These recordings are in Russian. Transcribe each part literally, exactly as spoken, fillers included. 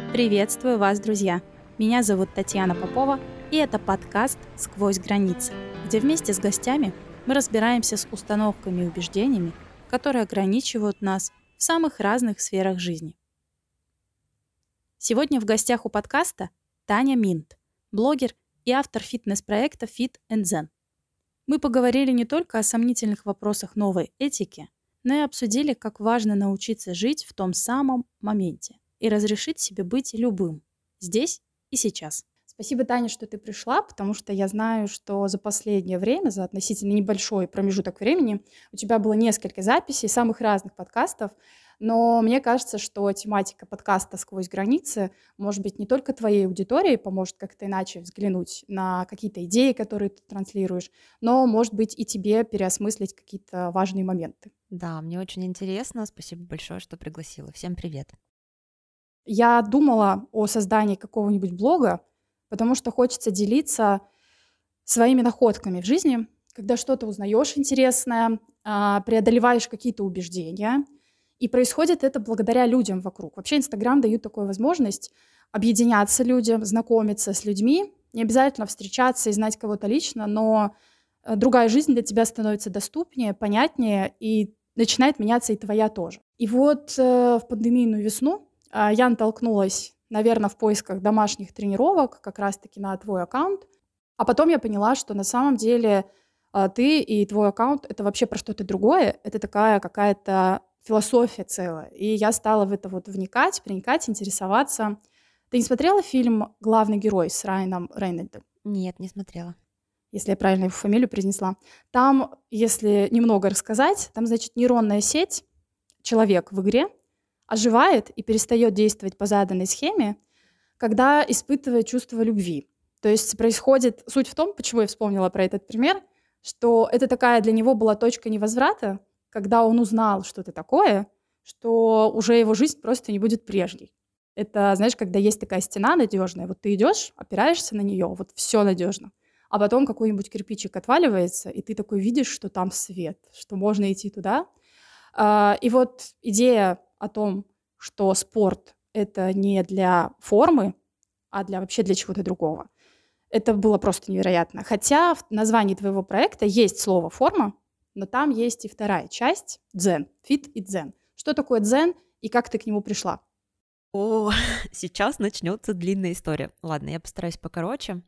Приветствую вас, друзья! Меня зовут Татьяна Попова, и это подкаст «Сквозь границы», где вместе с гостями мы разбираемся с установками и убеждениями, которые ограничивают нас в самых разных сферах жизни. Сегодня в гостях у подкаста Таня Минт, блогер и автор фитнес-проекта Fit and Zen. Мы поговорили не только о сомнительных вопросах новой этики, но и обсудили, как важно научиться жить в том самом моменте и разрешить себе быть любым, здесь и сейчас. Спасибо, Таня, что ты пришла, потому что я знаю, что за последнее время, за относительно небольшой промежуток времени, у тебя было несколько записей самых разных подкастов, но мне кажется, что тематика подкаста «Сквозь границы» может быть не только твоей аудитории, поможет как-то иначе взглянуть на какие-то идеи, которые ты транслируешь, но, может быть, и тебе переосмыслить какие-то важные моменты. Да, мне очень интересно. Спасибо большое, что пригласила. Всем привет. Я думала о создании какого-нибудь блога, потому что хочется делиться своими находками в жизни, когда что-то узнаешь интересное, а, преодолеваешь какие-то убеждения, и происходит это благодаря людям вокруг. Вообще Инстаграм дает такую возможность объединяться людям, знакомиться с людьми, не обязательно встречаться и знать кого-то лично, но э, другая жизнь для тебя становится доступнее, понятнее, и начинает меняться и твоя тоже. И вот э, в пандемийную весну а, я натолкнулась, наверное, в поисках домашних тренировок как раз-таки на твой аккаунт. А потом я поняла, что на самом деле а, ты и твой аккаунт — это вообще про что-то другое. Это такая какая-то философия целая. И я стала в это вот вникать, проникать, интересоваться. Ты не смотрела фильм «Главный герой» с Райаном Рейнольдом? Нет, не смотрела. Если я правильно его фамилию произнесла. Там, если немного рассказать, там, значит, нейронная сеть, человек в игре, оживает и перестает действовать по заданной схеме, когда испытывает чувство любви. То есть происходит... Суть в том, почему я вспомнила про этот пример, что это такая для него была точка невозврата, когда он узнал что-то такое, что уже его жизнь просто не будет прежней. Это, знаешь, когда есть такая стена надежная, вот ты идешь, опираешься на нее, вот все надежно, а потом какой-нибудь кирпичик отваливается, и ты такой видишь, что там свет, что можно идти туда. А, И вот идея о том, что спорт — это не для формы, а для вообще для чего-то другого. Это было просто невероятно. Хотя в названии твоего проекта есть слово «форма», но там есть и вторая часть — дзен, фит и дзен. Что такое дзен и как ты к нему пришла? О, сейчас начнется длинная история. Ладно, я постараюсь покороче.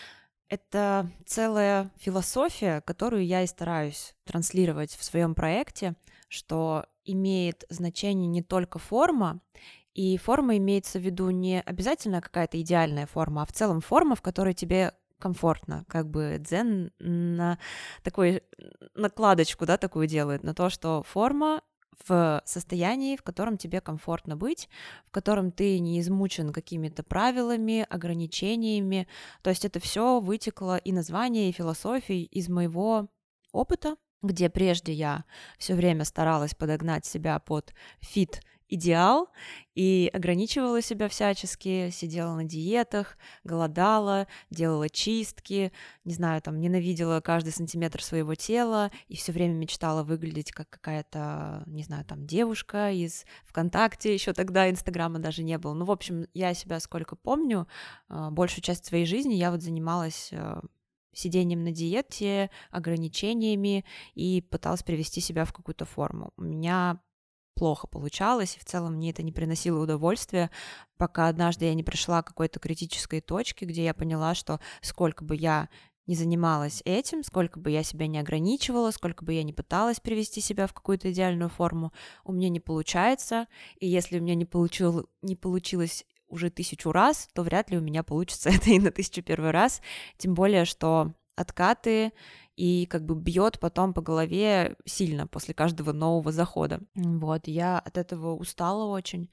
Это целая философия, которую я и стараюсь транслировать в своем проекте, что имеет значение не только форма, и форма имеется в виду не обязательно какая-то идеальная форма, а в целом форма, в которой тебе комфортно, как бы дзен на такой накладочку, да, такую делает, на то, что форма в состоянии, в котором тебе комфортно быть, в котором ты не измучен какими-то правилами, ограничениями. То есть это все вытекло и название, и философии из моего опыта, где прежде я все время старалась подогнать себя под фит идеал и ограничивала себя всячески, сидела на диетах, голодала, делала чистки, не знаю, там, ненавидела каждый сантиметр своего тела и все время мечтала выглядеть как какая-то, не знаю, там, девушка из ВКонтакте, еще тогда Инстаграма даже не было. Ну, в общем, я себя сколько помню, большую часть своей жизни я вот занималась сидением на диете, ограничениями и пыталась привести себя в какую-то форму. У меня плохо получалось, и в целом мне это не приносило удовольствия, пока однажды я не пришла к какой-то критической точке, где я поняла, что сколько бы я не занималась этим, сколько бы я себя не ограничивала, сколько бы я не пыталась привести себя в какую-то идеальную форму, у меня не получается, и если у меня не, получил, не получилось уже тысячу раз, то вряд ли у меня получится это и на тысячу первый раз, тем более, что откаты и как бы бьет потом по голове сильно после каждого нового захода. Вот, я от этого устала очень,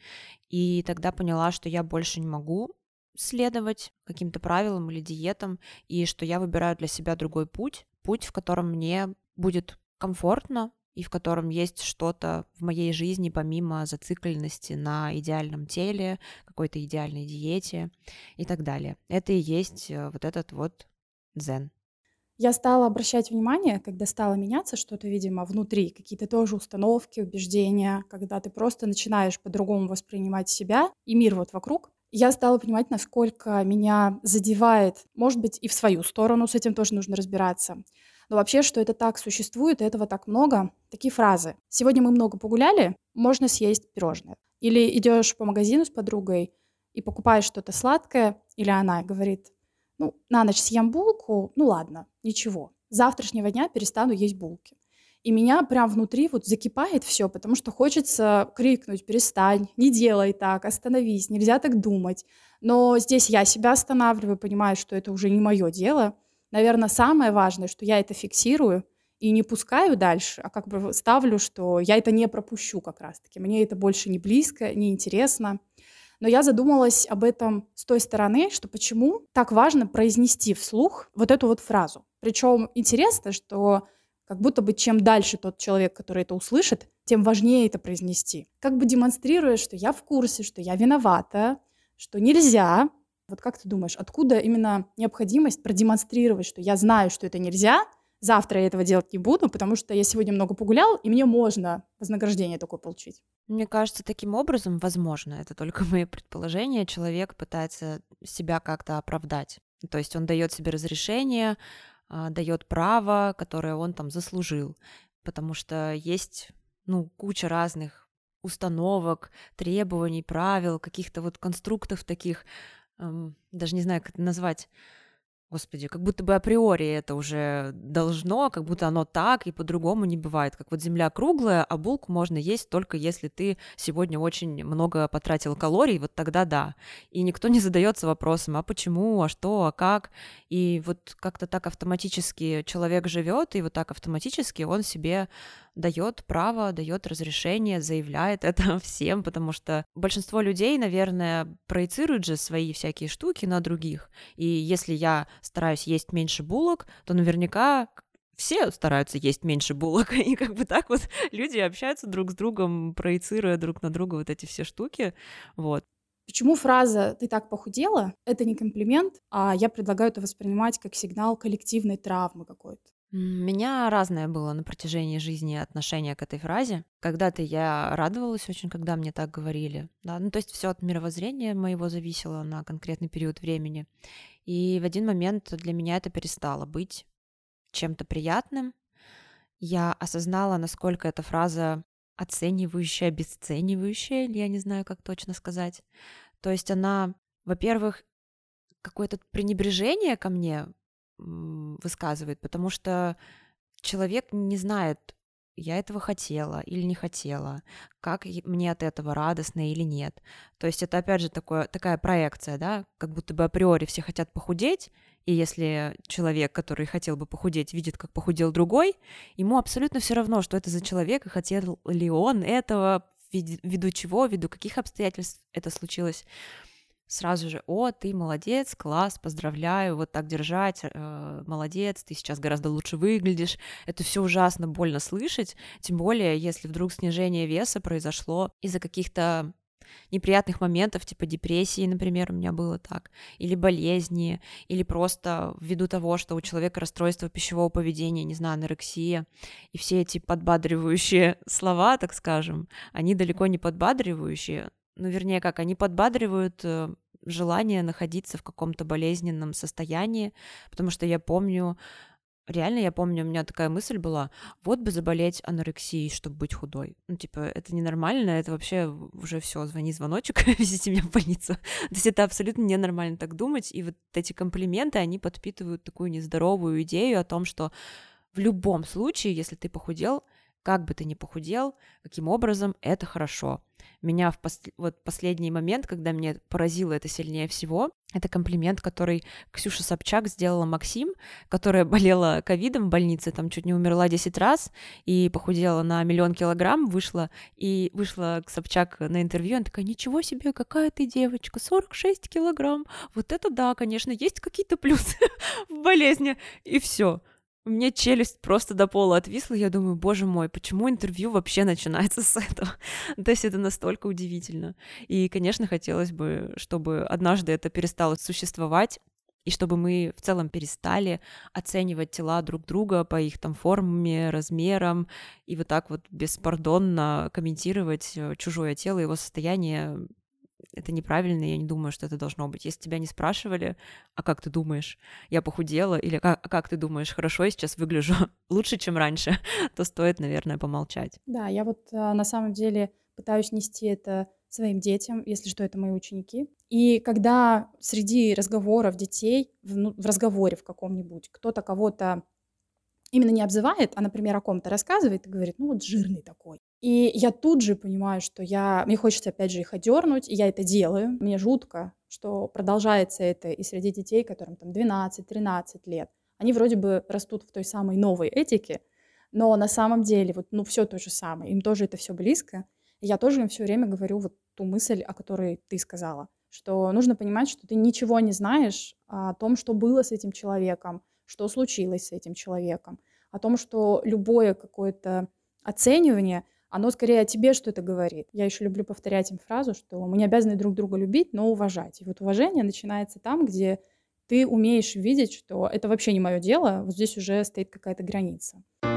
и тогда поняла, что я больше не могу следовать каким-то правилам или диетам, и что я выбираю для себя другой путь, путь, в котором мне будет комфортно, и в котором есть что-то в моей жизни помимо зацикленности на идеальном теле, какой-то идеальной диете и так далее. Это и есть вот этот вот дзен. Я стала обращать внимание, когда стало меняться что-то, видимо, внутри, какие-то тоже установки, убеждения, когда ты просто начинаешь по-другому воспринимать себя и мир вот вокруг. Я стала понимать, насколько меня задевает, может быть, и в свою сторону, с этим тоже нужно разбираться. Но вообще, что это так существует, и этого так много. Такие фразы. Сегодня мы много погуляли, можно съесть пирожное. Или идешь по магазину с подругой и покупаешь что-то сладкое, или она говорит, ну, на ночь съем булку, ну ладно, ничего. С завтрашнего дня перестану есть булки. И меня прям внутри вот закипает все, потому что хочется крикнуть: "Перестань, не делай так, остановись, нельзя так думать". Но здесь я себя останавливаю, понимаю, что это уже не мое дело. Наверное, самое важное, что я это фиксирую и не пускаю дальше, а как бы ставлю, что я это не пропущу как раз таки. Мне это больше не близко, не интересно. Но я задумалась об этом с той стороны, что почему так важно произнести вслух вот эту вот фразу. Причем интересно, что как будто бы чем дальше тот человек, который это услышит, тем важнее это произнести. Как бы демонстрируя, что я в курсе, что я виновата, что нельзя. Вот как ты думаешь, откуда именно необходимость продемонстрировать, что я знаю, что это нельзя, завтра я этого делать не буду, потому что я сегодня много погулял, и мне можно вознаграждение такое получить? Мне кажется, таким образом, возможно, это только мои предположения, человек пытается себя как-то оправдать. То есть он дает себе разрешение, а, дает право, которое он там заслужил. Потому что есть, ну, куча разных установок, требований, правил, каких-то вот конструктов таких, эм, даже не знаю, как это назвать. Господи, как будто бы априори это уже должно, как будто оно так, и по-другому не бывает. Как вот земля круглая, а булку можно есть только если ты сегодня очень много потратил калорий, вот тогда да. И никто не задается вопросом, а почему, а что, а как. И вот как-то так автоматически человек живет, и вот так автоматически он себе дает право, дает разрешение, заявляет это всем, потому что большинство людей, наверное, проецируют же свои всякие штуки на других. И если я стараюсь есть меньше булок, то наверняка все стараются есть меньше булок. И как бы так вот люди общаются друг с другом, проецируя друг на друга вот эти все штуки. Вот. Почему фраза «ты так похудела» — это не комплимент, а я предлагаю это воспринимать как сигнал коллективной травмы какой-то? М, У меня разное было на протяжении жизни отношение к этой фразе. Когда-то я радовалась очень, когда мне так говорили. Да? Ну, то есть все от мировоззрения моего зависело на конкретный период времени. И в один момент для меня это перестало быть чем-то приятным. Я осознала, насколько эта фраза оценивающая, обесценивающая, или я не знаю, как точно сказать. То есть она, во-первых, какое-то пренебрежение ко мне м, высказывает, потому что человек не знает, я этого хотела или не хотела, как и- мне от этого радостно или нет. То есть это опять же такое, такая проекция, да, как будто бы априори все хотят похудеть, и если человек, который хотел бы похудеть, видит, как похудел другой, ему абсолютно все равно, что это за человек, и хотел ли он этого, ввиду ввиду чего, ввиду каких обстоятельств это случилось. Сразу же: "О, ты молодец, класс, поздравляю, вот так держать, э, молодец, ты сейчас гораздо лучше выглядишь". Это все ужасно больно слышать, тем более, если вдруг снижение веса произошло из-за каких-то неприятных моментов, типа депрессии, например, у меня было так, или болезни, или просто ввиду того, что у человека расстройство пищевого поведения, не знаю, анорексия, и все эти подбадривающие слова, так скажем, они далеко не подбадривающие, ну, вернее, как, они подбадривают э, желание находиться в каком-то болезненном состоянии, потому что я помню, реально я помню, у меня такая мысль была: вот бы заболеть анорексией, чтобы быть худой. Ну, типа, это ненормально, это вообще уже все, звони звоночек, везите меня в больницу. То есть это абсолютно ненормально так думать, и вот эти комплименты, они подпитывают такую нездоровую идею о том, что в любом случае, если ты похудел, как бы ты ни похудел, каким образом, это хорошо. Меня в пос... вот последний момент, когда меня поразило это сильнее всего, это комплимент, который Ксюша Собчак сделала Максим, которая болела ковидом в больнице, там чуть не умерла десять раз и похудела на миллион килограмм, вышла, и вышла к Собчак на интервью, она такая: "Ничего себе, какая ты девочка, сорок шесть килограмм, вот это да, конечно, есть какие-то плюсы в болезни", и все. У меня челюсть просто до пола отвисла, я думаю: боже мой, почему интервью вообще начинается с этого? То есть это настолько удивительно. И, конечно, хотелось бы, чтобы однажды это перестало существовать, и чтобы мы в целом перестали оценивать тела друг друга по их там форме, размерам, и вот так вот беспардонно комментировать э, чужое тело, его состояние это неправильно, я не думаю, что это должно быть. Если тебя не спрашивали, а как ты думаешь, я похудела, или как, а как ты думаешь, хорошо я сейчас выгляжу лучше, чем раньше, то стоит, наверное, помолчать. Да, я вот а, на самом деле пытаюсь нести это своим детям, если что, это мои ученики. И когда среди разговоров детей, в, ну, в разговоре в каком-нибудь, кто-то кого-то именно не обзывает, а, например, о ком-то рассказывает и говорит, ну вот жирный такой. И я тут же понимаю, что я, мне хочется опять же их одернуть, и я это делаю. Мне жутко, что продолжается это и среди детей, которым там двенадцать-тринадцать лет. Они вроде бы растут в той самой новой этике, но на самом деле вот, ну, все то же самое, им тоже это все близко. И я тоже им все время говорю вот ту мысль, о которой ты сказала, что нужно понимать, что ты ничего не знаешь о том, что было с этим человеком, что случилось с этим человеком, о том, что любое какое-то оценивание, оно скорее о тебе что-то говорит. Я еще люблю повторять им фразу, что мы не обязаны друг друга любить, но уважать. И вот уважение начинается там, где ты умеешь видеть, что это вообще не мое дело, вот здесь уже стоит какая-то граница.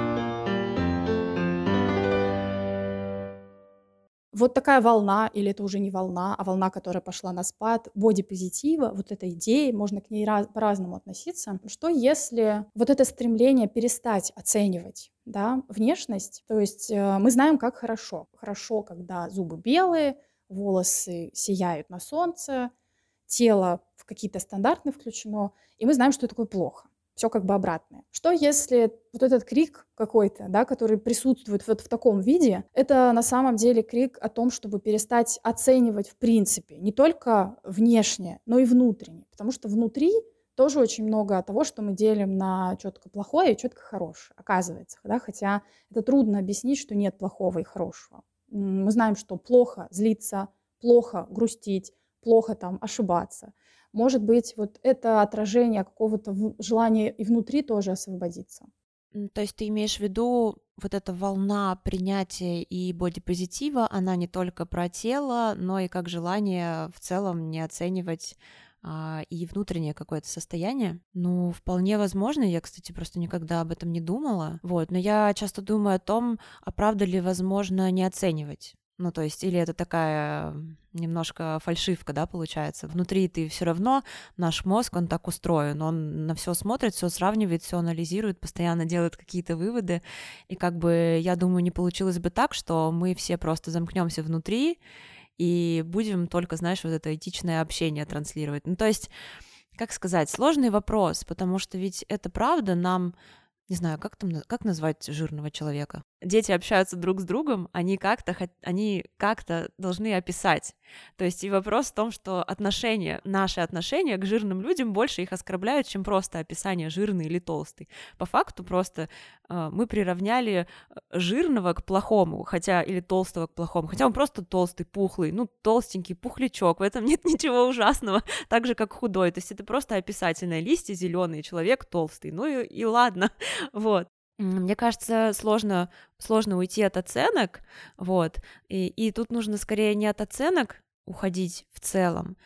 Вот такая волна, или это уже не волна, а волна, которая пошла на спад, бодипозитива, вот эта идея, можно к ней раз- по-разному относиться. Что если вот это стремление перестать оценивать, да, внешность, то есть э, мы знаем, как хорошо. Хорошо, когда зубы белые, волосы сияют на солнце, тело в какие-то стандарты включено, и мы знаем, что такое плохо. Все как бы обратное. Что если вот этот крик какой-то, да, который присутствует вот в таком виде, это на самом деле крик о том, чтобы перестать оценивать в принципе не только внешне, но и внутренне. Потому что внутри тоже очень много того, что мы делим на четко плохое и четко хорошее, оказывается. Да? Хотя это трудно объяснить, что нет плохого и хорошего. М, Мы знаем, что плохо злиться, плохо грустить, плохо там ошибаться. Может быть, вот это отражение какого-то в- желания и внутри тоже освободиться. М, То есть ты имеешь в виду вот эта волна принятия и бодипозитива, она не только про тело, но и как желание в целом не оценивать а, и внутреннее какое-то состояние. Ну, вполне возможно, я, кстати, просто никогда об этом не думала. Вот, но я часто думаю о том, а правда ли возможно не оценивать. Ну, то есть, или это такая м, немножко фальшивка, да, получается. Внутри ты все равно, наш мозг, он так устроен, он на все смотрит, все сравнивает, все анализирует, постоянно делает какие-то выводы. И как бы, я думаю, не получилось бы так, что мы все просто замкнемся внутри и будем только, знаешь, вот это этичное общение транслировать. Ну, то есть, как сказать, сложный вопрос, потому что ведь это правда нам, не знаю, как там, на- как назвать жирного человека? Дети общаются друг с другом, они как-то, хот- они как-то должны описать. То есть и вопрос в том, что отношения, наши отношения к жирным людям больше их оскорбляют, чем просто описание жирный или толстый. По факту просто э, мы приравняли э, жирного к плохому, хотя или толстого к плохому, хотя он просто толстый, пухлый, ну толстенький, пухлячок, в этом нет ничего ужасного, так же как худой. То есть это просто описательное: листья зеленые, человек толстый, ну и, и ладно, вот. М, Мне кажется, сложно, сложно уйти от оценок, вот, и, и тут нужно скорее не от оценок уходить в целом,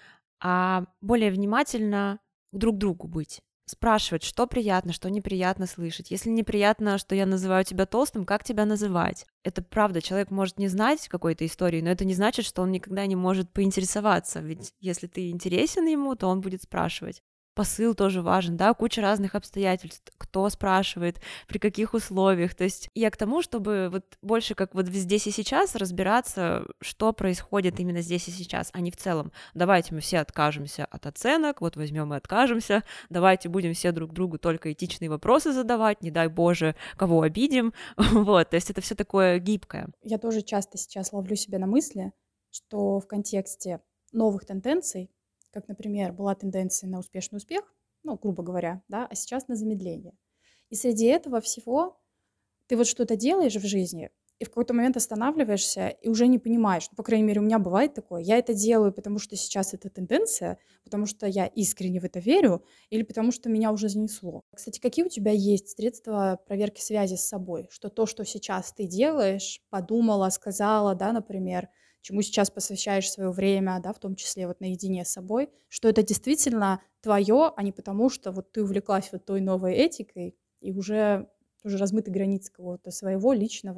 а более внимательно друг к другу быть. Спрашивать, что приятно, что неприятно слышать. Если неприятно, что я называю тебя толстым, как тебя называть? Это правда, человек может не знать какой-то истории, но это не значит, что он никогда не может поинтересоваться. Ведь если ты интересен ему, то он будет спрашивать. Посыл тоже важен, да, куча разных обстоятельств, кто спрашивает, при каких условиях. То есть я к тому, чтобы вот больше как вот здесь и сейчас разбираться, что происходит именно здесь и сейчас, а не в целом. Давайте мы все откажемся от оценок, вот возьмем и откажемся, давайте будем все друг другу только этичные вопросы задавать, не дай боже, кого обидим, вот, то есть это все такое гибкое. Я тоже часто сейчас ловлю себя на мысли, что в контексте новых тенденций, как, например, была тенденция на успешный успех, ну, грубо говоря, да, а сейчас на замедление. И среди этого всего ты вот что-то делаешь в жизни, и в какой-то момент останавливаешься и уже не понимаешь. Ну, по крайней мере, у меня бывает такое. Я это делаю, потому что сейчас это тенденция, потому что я искренне в это верю, или потому что меня уже занесло. Кстати, какие у тебя есть средства проверки связи с собой? Что то, что сейчас ты делаешь, подумала, сказала, да, например, чему сейчас посвящаешь свое время, да, в том числе вот наедине с собой, что это действительно твое, а не потому, что вот ты увлеклась вот той новой этикой и уже уже размыты границы какого-то своего личного.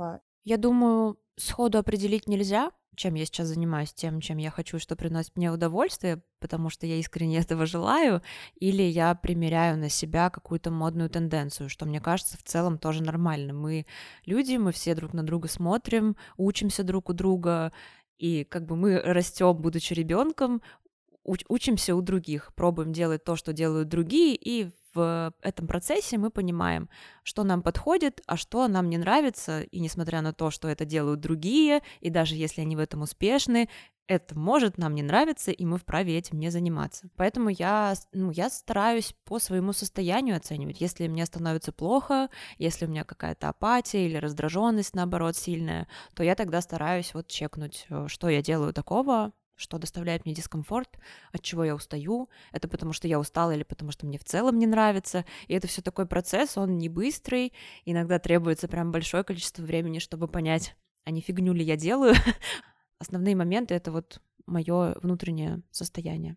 Я думаю, сходу определить нельзя, чем я сейчас занимаюсь, тем, чем я хочу, что приносит мне удовольствие, потому что я искренне этого желаю, или я примеряю на себя какую-то модную тенденцию, что мне кажется в целом тоже нормально. Мы люди, мы все друг на друга смотрим, учимся друг у друга, и как бы мы растем, будучи ребенком, уч- учимся у других, пробуем делать то, что делают другие, и в этом процессе мы понимаем, что нам подходит, а что нам не нравится, и несмотря на то, что это делают другие, и даже если они в этом успешны, это может нам не нравиться, и мы вправе этим не заниматься. Поэтому я, с- ну, я стараюсь по своему состоянию оценивать. Если мне становится плохо, если у меня какая-то апатия или раздраженность, наоборот, сильная, то я тогда стараюсь вот чекнуть, э, что я делаю такого, что доставляет мне дискомфорт, от чего я устаю, это потому что я устала или потому что мне в целом не нравится. И это все такой процесс, он не быстрый, иногда требуется прям большое количество времени, чтобы понять, а не фигню ли я делаю. Основные моменты — это вот мое внутреннее состояние.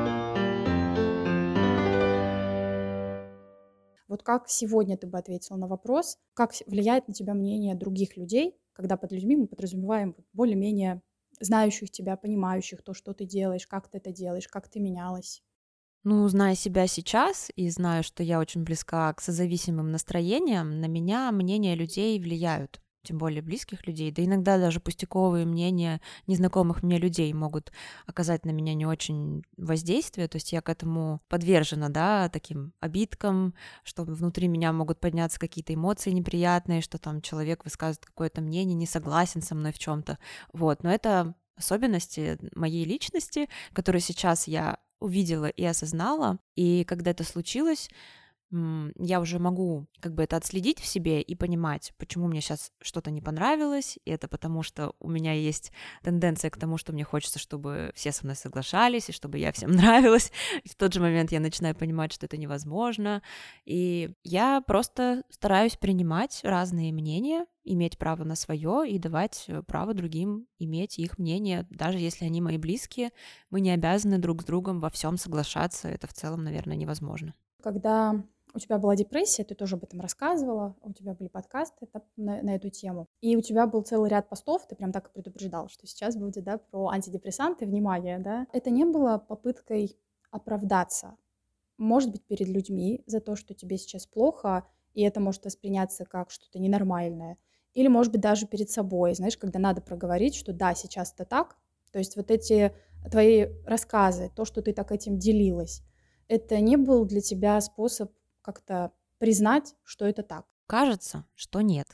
Вот как сегодня ты бы ответила на вопрос, как с- влияет на тебя мнение других людей, когда под людьми мы подразумеваем вот более-менее знающих тебя, понимающих то, что ты делаешь, как ты это делаешь, как ты менялась. Ну, зная себя сейчас и знаю, что я очень близка к созависимым настроениям, на меня мнения людей влияют, тем более близких людей, да иногда даже пустяковые мнения незнакомых мне людей могут оказать на меня не очень воздействие, то есть я к этому подвержена, да, таким обидкам, что внутри меня могут подняться какие-то эмоции неприятные, что там человек высказывает какое-то мнение, не согласен со мной в чем-то, вот, но это особенности моей личности, которые сейчас я увидела и осознала. И когда это случилось, м, я уже могу как бы это отследить в себе и понимать, почему мне сейчас что-то не понравилось. И это потому, что у меня есть тенденция к тому, что мне хочется, чтобы все со мной соглашались, и чтобы я всем нравилась. И в тот же момент я начинаю понимать, что это невозможно. И я просто стараюсь принимать разные мнения, иметь право на свое и давать э, право другим иметь их мнение, даже если они мои близкие. Мы не обязаны друг с другом во всем соглашаться. Это в целом, наверное, невозможно. Когда у тебя была депрессия, ты тоже об этом рассказывала, у тебя были подкасты да, на, на эту тему, и у тебя был целый ряд постов, ты прям так и предупреждал, что сейчас будет да, про антидепрессанты, внимание, да. Это не было попыткой оправдаться, может быть, перед людьми за то, что тебе сейчас плохо, и это может восприняться как что-то ненормальное, или, может быть, даже перед собой, знаешь, когда надо проговорить, что да, сейчас это так, то есть вот эти твои рассказы, то, что ты так этим делилась, это не был для тебя способ как-то признать, что это так. Кажется, что нет.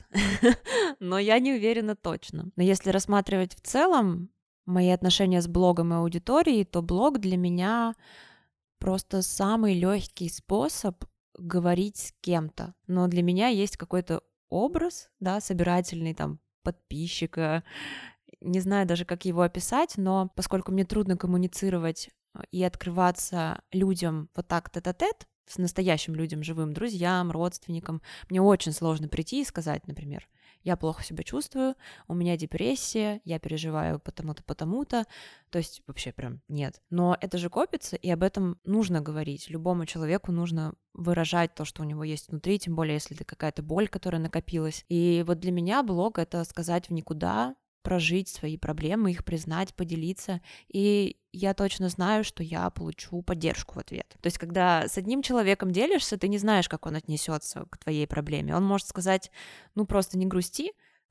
Но я не уверена точно. Но если рассматривать в целом мои отношения с блогом и аудиторией, то блог для меня просто самый легкий способ говорить с кем-то. Но для меня есть какой-то образ, да, собирательный там подписчика, не знаю даже, как его описать, но поскольку мне трудно коммуницировать э, и открываться людям вот так тет-а-тет, с настоящим людям, живым друзьям, родственникам, мне очень сложно прийти и сказать, например, я плохо себя чувствую, у меня депрессия, я переживаю потому-то, потому-то, то есть вообще прям нет. Но это же копится, и об этом нужно говорить. Любому человеку нужно выражать то, что у него есть внутри, тем более, если это какая-то боль, которая накопилась. И вот для меня блог — это сказать в никуда, прожить свои проблемы, их признать, поделиться, и я точно знаю, что я получу поддержку в ответ. То есть, когда с одним человеком делишься, ты не знаешь, как он отнесется к твоей проблеме. Он может сказать, ну просто не грусти,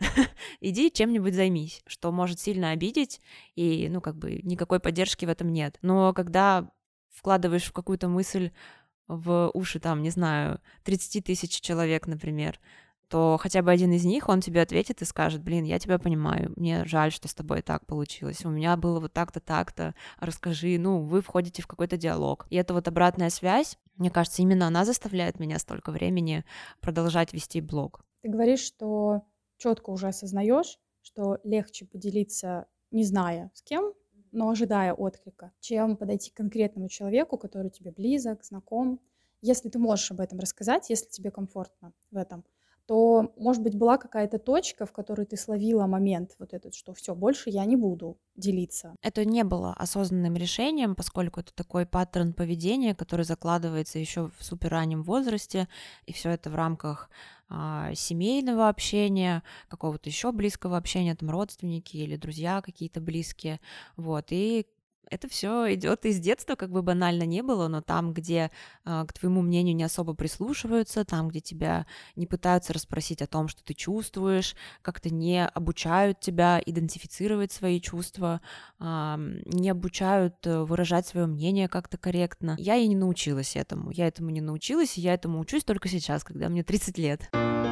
иди чем-нибудь займись, что может сильно обидеть, и, ну, как бы никакой поддержки в этом нет. Но когда вкладываешь в какую-то мысль в уши, там, не знаю, тридцать тысяч человек, например, то хотя бы один из них, он тебе ответит и скажет, блин, я тебя понимаю, мне жаль, что с тобой так получилось, у меня было вот так-то, так-то, расскажи, ну, вы входите в какой-то диалог. И эта вот обратная связь, мне кажется, именно она заставляет меня столько времени продолжать вести блог. Ты говоришь, что четко уже осознаешь, что легче поделиться, не зная с кем, но ожидая отклика, чем подойти к конкретному человеку, который тебе близок, знаком. Если ты можешь об этом рассказать, если тебе комфортно в этом, то, может быть, была какая-то точка, в которой ты словила момент вот этот, что все, больше я не буду делиться. Это не было осознанным решением, поскольку это такой паттерн поведения, который закладывается еще в супер раннем возрасте, и все это в рамках а, семейного общения, какого-то еще близкого общения, там родственники или друзья какие-то близкие, вот, и это все идет из детства, как бы банально не было, но там, где а, к твоему мнению не особо прислушиваются, там, где тебя не пытаются расспросить о том, что ты чувствуешь, как-то не обучают тебя идентифицировать свои чувства, а, не обучают э, выражать свое мнение как-то корректно. Я и не научилась этому. Я этому не научилась, и я этому учусь только сейчас, когда мне тридцать лет.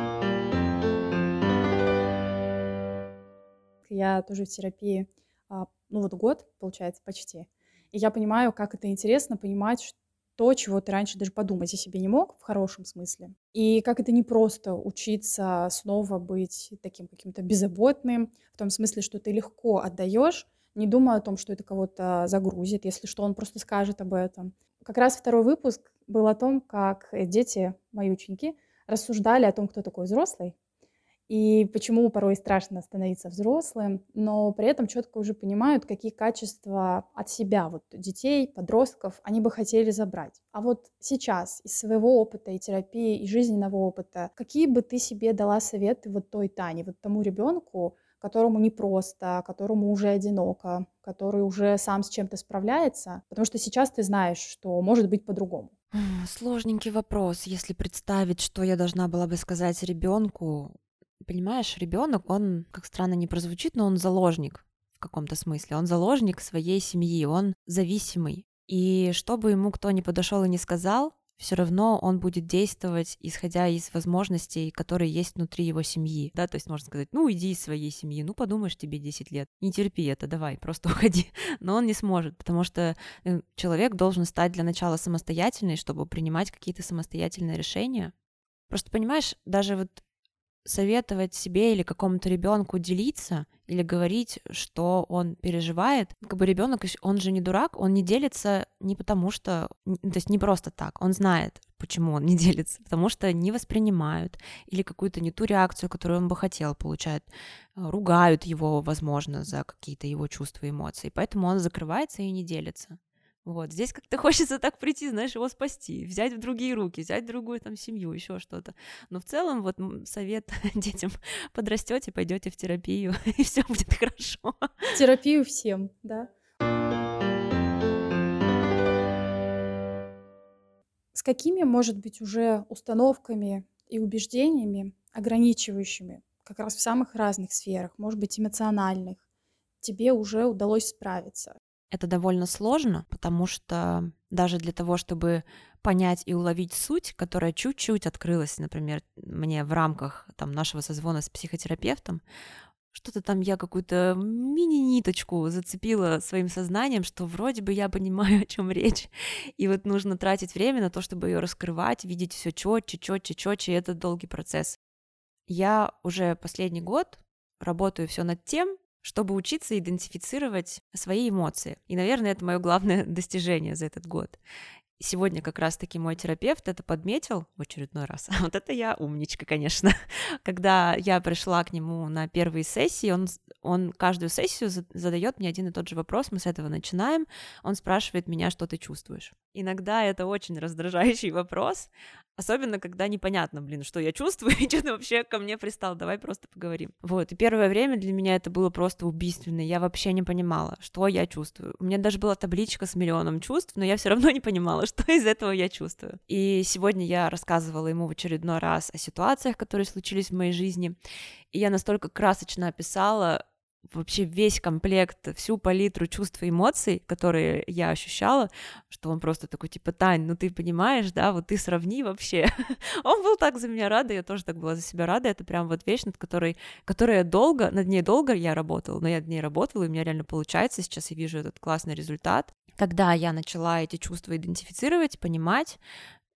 Я тоже в терапии, а, ну вот год, получается, почти. И я понимаю, как это интересно понимать ш- то, чего ты раньше даже подумать о себе не мог, в хорошем смысле. И как это не просто учиться снова быть таким каким-то беззаботным, в том смысле, что ты легко отдаешь, не думая о том, что это кого-то загрузит, если что, он просто скажет об этом. Как раз второй выпуск был о том, как э, дети, мои ученики, рассуждали о том, кто такой взрослый, и почему порой страшно становиться взрослым, но при этом четко уже понимают, какие качества от себя, вот детей, подростков, они бы хотели забрать. А вот сейчас из своего опыта и терапии, и жизненного опыта, какие бы ты себе дала советы вот той Тане, вот тому ребенку, которому непросто, которому уже одиноко, который уже сам с чем-то справляется, потому что сейчас ты знаешь, что может быть по-другому. М, Сложненький вопрос, если представить, что я должна была бы сказать ребенку. Понимаешь, ребенок, он, как странно не прозвучит, но он заложник в каком-то смысле. Он заложник своей семьи, он зависимый. И что бы ему кто ни подошел и не сказал, все равно он будет действовать, исходя из возможностей, которые есть внутри его семьи. Да, то есть можно сказать, ну, иди из своей семьи, ну, подумаешь, тебе десять лет. Не терпи это, давай, просто уходи. Но он не сможет, потому что э, человек должен стать для начала самостоятельной, чтобы принимать какие-то самостоятельные решения. Просто понимаешь, даже вот советовать себе или какому-то ребенку делиться или говорить, что он переживает, как бы ребенок, он же не дурак, он не делится не потому что, н- то есть не просто так, он знает, почему он не делится, потому что не воспринимают или какую-то не ту реакцию, которую он бы хотел, получает, э, ругают его, возможно, за какие-то его чувства и эмоции, поэтому он закрывается и не делится. Вот, здесь как-то хочется так прийти, знаешь, его спасти, взять в другие руки, взять другую там семью, еще что-то. Но в целом вот м, совет детям: подрастете, пойдете в терапию, и все будет хорошо. Терапию всем, да. С какими, может быть, уже установками и убеждениями, ограничивающими как раз в самых разных сферах, может быть, эмоциональных, тебе уже удалось справиться? Это довольно сложно, потому что даже для того, чтобы понять и уловить суть, которая чуть-чуть открылась, например, мне в рамках там нашего созвона с психотерапевтом, что-то там я какую-то мини-ниточку зацепила своим сознанием, что вроде бы я понимаю, о чем речь. И вот нужно тратить время на то, чтобы ее раскрывать, видеть все четче, четче, четче, и это долгий процесс. Я уже последний год работаю все над тем, чтобы учиться идентифицировать свои эмоции. И, наверное, это мое главное достижение за этот год. Сегодня как раз-таки мой терапевт это подметил в очередной раз. Вот это я умничка, конечно. Когда я пришла к нему на первые сессии, он, он каждую сессию задает мне один и тот же вопрос, мы с этого начинаем. Он спрашивает меня, что ты чувствуешь. Иногда это очень раздражающий вопрос, особенно когда непонятно, блин, что я чувствую, и что ты вообще ко мне пристал, давай просто поговорим. Вот, и первое время для меня это было просто убийственно, я вообще не понимала, что я чувствую. У меня даже была табличка с миллионом чувств, но я все равно не понимала, что из этого я чувствую. И сегодня я рассказывала ему в очередной раз о ситуациях, которые случились в моей жизни, и я настолько красочно описала вообще весь комплект, всю палитру чувств и эмоций, которые я ощущала, что он просто такой, типа, Тань, ну ты понимаешь, да, вот ты сравни вообще. Он был так за меня рад, и я тоже так была за себя рада, это прям вот вещь, над которой, которая долго, над ней долго я работала, но я над ней работала, и у меня реально получается, сейчас я вижу этот классный результат. Когда я начала эти чувства идентифицировать, понимать,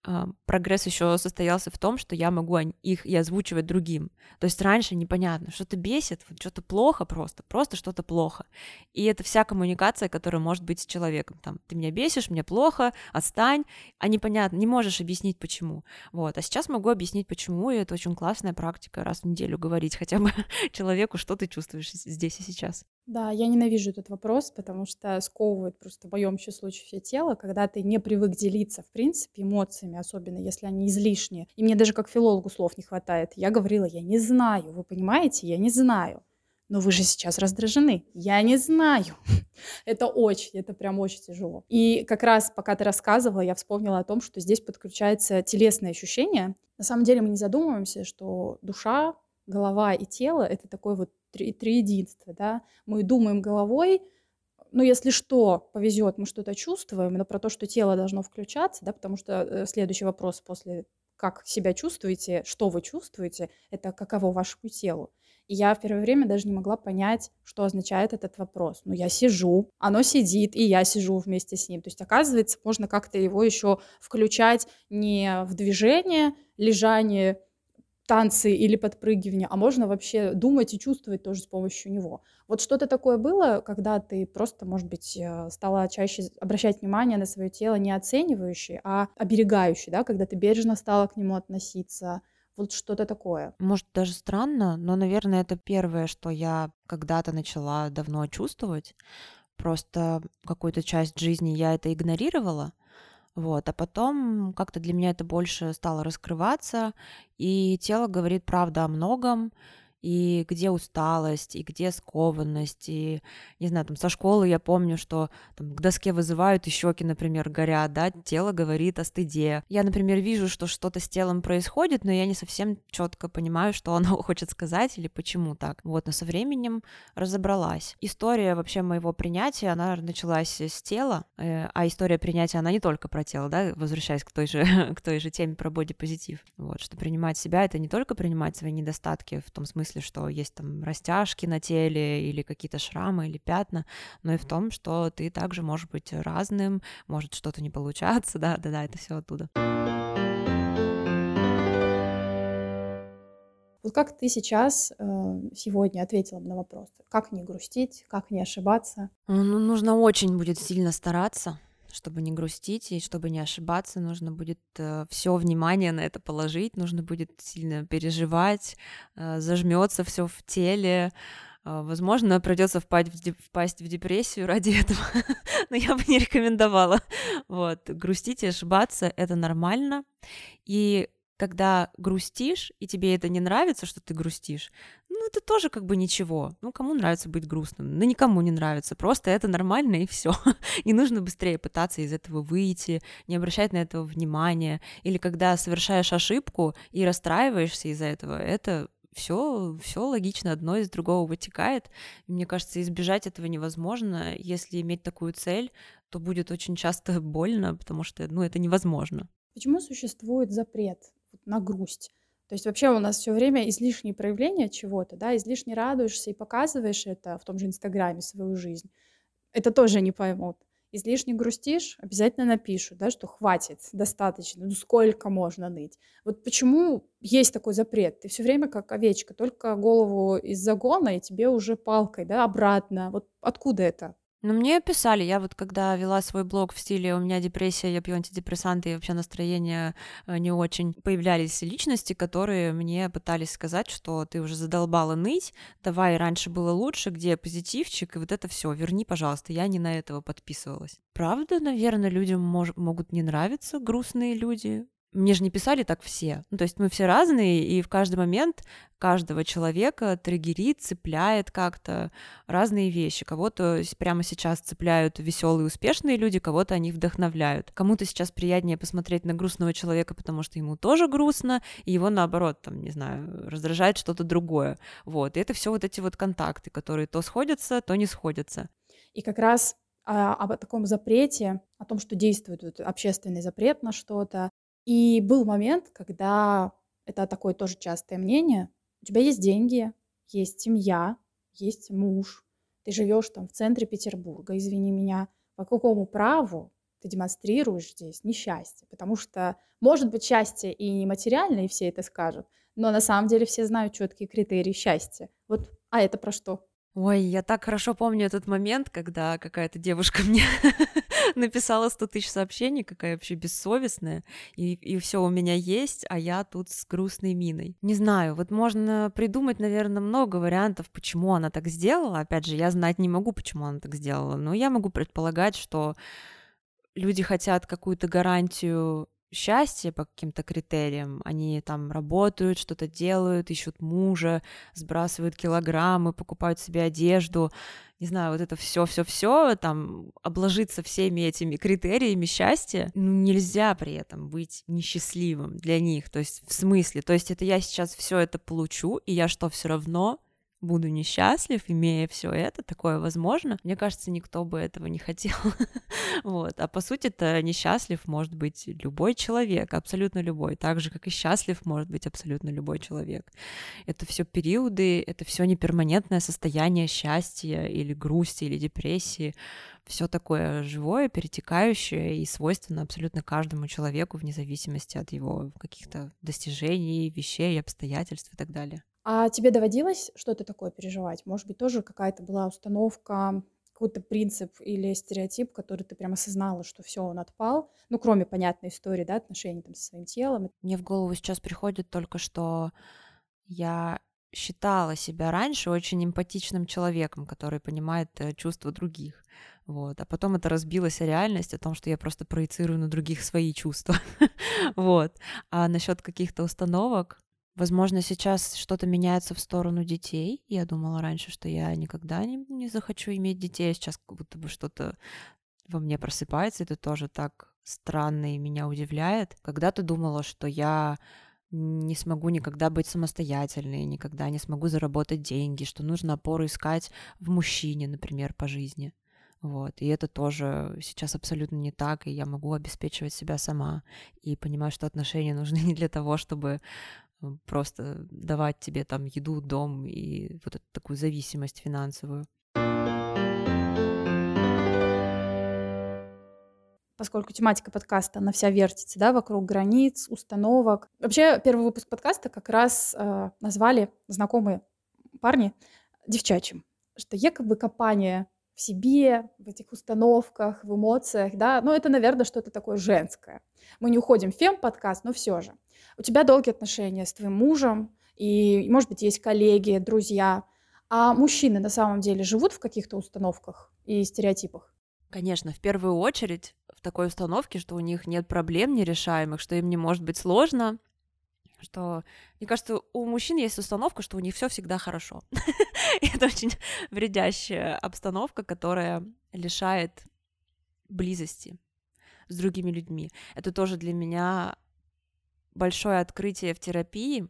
а, прогресс еще состоялся в том, что я могу о- их и озвучивать другим. То есть раньше непонятно, что-то бесит, вот что-то плохо просто, просто что-то плохо. И это вся коммуникация, которая может быть с человеком. Там, ты меня бесишь, мне плохо, отстань, а непонятно, не можешь объяснить, почему. Вот. А сейчас могу объяснить, почему, и это очень классная практика раз в неделю говорить хотя бы человеку, что ты чувствуешь с- здесь и сейчас. Да, я ненавижу этот вопрос, потому что сковывает просто в моем еще случае все тело, когда ты не привык делиться, в принципе, эмоциями, особенно если они излишние. И мне даже как филологу слов не хватает. Я говорила, я не знаю, вы понимаете, я не знаю. Но вы же сейчас раздражены. Я не знаю. Это очень, это прям очень тяжело. И как раз пока ты рассказывала, я вспомнила о том, что здесь подключается телесное ощущение. На самом деле мы не задумываемся, что душа, голова и тело — это такое вот три, триединство, да. Мы думаем головой, ну, если что, повезет, мы что-то чувствуем, но про то, что тело должно включаться, да, потому что э, следующий вопрос после «как себя чувствуете?», что вы чувствуете, это каково вашему телу. И я в первое время даже не могла понять, что означает этот вопрос. Ну, я сижу, оно сидит, и я сижу вместе с ним. То есть, оказывается, можно как-то его еще включать не в движение, лежание, танцы или подпрыгивания, а можно вообще думать и чувствовать тоже с помощью него. Вот что-то такое было, когда ты просто, может быть, э, стала чаще обращать внимание на свое тело не оценивающее, а оберегающее, да, когда ты бережно стала к нему относиться. Вот что-то такое. Может, даже странно, но, наверное, это первое, что я когда-то начала давно чувствовать. Просто какую-то часть жизни я это игнорировала, вот, а потом как-то для меня это больше стало раскрываться, и тело говорит правду о многом, и где усталость, и где скованность, и, не знаю, там со школы я помню, что там, к доске вызывают, и щеки, например, горят, да, тело говорит о стыде. Я, например, вижу, что что-то с телом происходит, но я не совсем четко понимаю, что оно хочет сказать или почему так. Вот, но со временем разобралась. История вообще моего принятия, она началась с тела, э, а история принятия, она не только про тело, да, возвращаясь к той же, к той же теме про бодипозитив. Вот, что принимать себя — это не только принимать свои недостатки в том смысле, что есть там растяжки на теле или какие-то шрамы или пятна, но и в том, что ты также можешь быть разным, может что-то не получаться, да, да-да, это все оттуда. Вот как ты сейчас э, сегодня ответила на вопрос? Как не грустить, как не ошибаться? Ну, нужно очень будет сильно стараться, чтобы не грустить и чтобы не ошибаться, нужно будет э, все внимание на это положить, нужно будет сильно переживать, э, зажмется все в теле, э, возможно, придется впасть в, деп- впасть в депрессию ради этого, но я бы не рекомендовала. Вот, грустить и ошибаться — это нормально, и когда грустишь, и тебе это не нравится, что ты грустишь, ну, это тоже как бы ничего. Ну, кому нравится быть грустным? Ну, никому не нравится. Просто это нормально, и все. Не нужно быстрее пытаться из этого выйти, не обращать на это внимания. Или когда совершаешь ошибку и расстраиваешься из-за этого, это все, все логично, одно из другого вытекает. И мне кажется, избежать этого невозможно. Если иметь такую цель, то будет очень часто больно, потому что, ну, это невозможно. Почему существует запрет вот на грусть? То есть вообще у нас все время излишние проявления чего-то, да, излишне радуешься и показываешь это в том же Инстаграме, свою жизнь. Это тоже не поймут. Излишне грустишь, обязательно напишут, да, что хватит, достаточно, ну сколько можно ныть. Вот почему есть такой запрет? Ты все время как овечка, только голову из загона, и тебе уже палкой, да, обратно. Вот откуда это? Ну, мне писали, я вот когда вела свой блог в стиле «у меня депрессия, я пью антидепрессанты, и вообще настроение э, не очень», появлялись личности, которые мне пытались сказать, что ты уже задолбала ныть, давай, раньше было лучше, где позитивчик, и вот это все, верни, пожалуйста, я не на этого подписывалась. Правда, наверное, людям мож- могут не нравиться грустные люди. Мне же не писали так все. Ну, то есть мы все разные, и в каждый момент каждого человека триггерит, цепляет как-то разные вещи. Кого-то с- прямо сейчас цепляют веселые, успешные люди, кого-то они вдохновляют. Кому-то сейчас приятнее посмотреть на грустного человека, потому что ему тоже грустно, и его, наоборот, там, не знаю, раздражает что-то другое. Вот. И это все вот эти вот контакты, которые то сходятся, то не сходятся. И как раз а, об таком запрете, о том, что действует вот общественный запрет на что-то. И был момент, когда это такое тоже частое мнение. У тебя есть деньги, есть семья, есть муж, ты живешь там в центре Петербурга, извини меня. По какому праву ты демонстрируешь здесь несчастье, потому что может быть счастье и нематериальное, и все это скажут, но на самом деле все знают четкие критерии счастья. Вот, а это про что? Ой, я так хорошо помню этот момент, когда какая-то девушка мне написала сто тысяч сообщений, какая вообще бессовестная, и, и все у меня есть, а я тут с грустной миной. Не знаю, вот можно придумать, наверное, много вариантов, почему она так сделала. Опять же, я знать не могу, почему она так сделала, но я могу предполагать, что люди хотят какую-то гарантию счастья по каким-то критериям. Они там работают, что-то делают, ищут мужа, сбрасывают килограммы, покупают себе одежду. Не знаю, вот это все, все, все, там обложиться всеми этими критериями счастья, ну, нельзя при этом быть несчастливым для них. То есть в смысле, то есть это я сейчас все это получу, и я что, все равно буду несчастлив, имея все это, такое возможно? Мне кажется, никто бы этого не хотел. Вот. А по сути-то несчастлив может быть любой человек, абсолютно любой, так же, как и счастлив может быть абсолютно любой человек. Это все периоды, это все неперманентное состояние счастья или грусти, или депрессии. Все такое живое, перетекающее и свойственно абсолютно каждому человеку вне зависимости от его каких-то достижений, вещей, обстоятельств и так далее. А тебе доводилось что-то такое переживать? Может быть, тоже какая-то была установка, какой-то принцип или стереотип, который ты прям осознала, что все, он отпал? Ну, кроме понятной истории, да, отношений там со своим телом. Мне в голову сейчас приходит только, что я считала себя раньше очень эмпатичным человеком, который понимает э, чувства других. Вот. А потом это разбилось о реальность, о том, что я просто проецирую на других свои чувства. Вот. А насчет каких-то установок, возможно, сейчас что-то меняется в сторону детей. Я думала раньше, что я никогда не, не захочу иметь детей, а сейчас как будто бы что-то во мне просыпается. Это тоже так странно и меня удивляет. Когда-то думала, что я не смогу никогда быть самостоятельной, никогда не смогу заработать деньги, что нужно опору искать в мужчине, например, по жизни. Вот. И это тоже сейчас абсолютно не так, и я могу обеспечивать себя сама. И понимаю, что отношения нужны не для того, чтобы м, просто давать тебе там еду, дом и вот эту такую зависимость финансовую. Поскольку тематика подкаста, она вся вертится, да, вокруг границ, установок. Вообще, первый выпуск подкаста как раз э, назвали знакомые парни девчачьим, что якобы копание в себе, в этих установках, в эмоциях, да, ну это, наверное, что-то такое женское. Мы не уходим в фем-подкаст, но все же. У тебя долгие отношения с твоим мужем, и, может быть, есть коллеги, друзья. А мужчины на самом деле живут в каких-то установках и стереотипах? Конечно, в первую очередь в такой установке, что у них нет проблем нерешаемых, что им не может быть сложно, что, мне кажется, у мужчин есть установка, что у них все всегда хорошо. И это очень вредящая обстановка, которая лишает близости с другими людьми. Это тоже для меня большое открытие в терапии,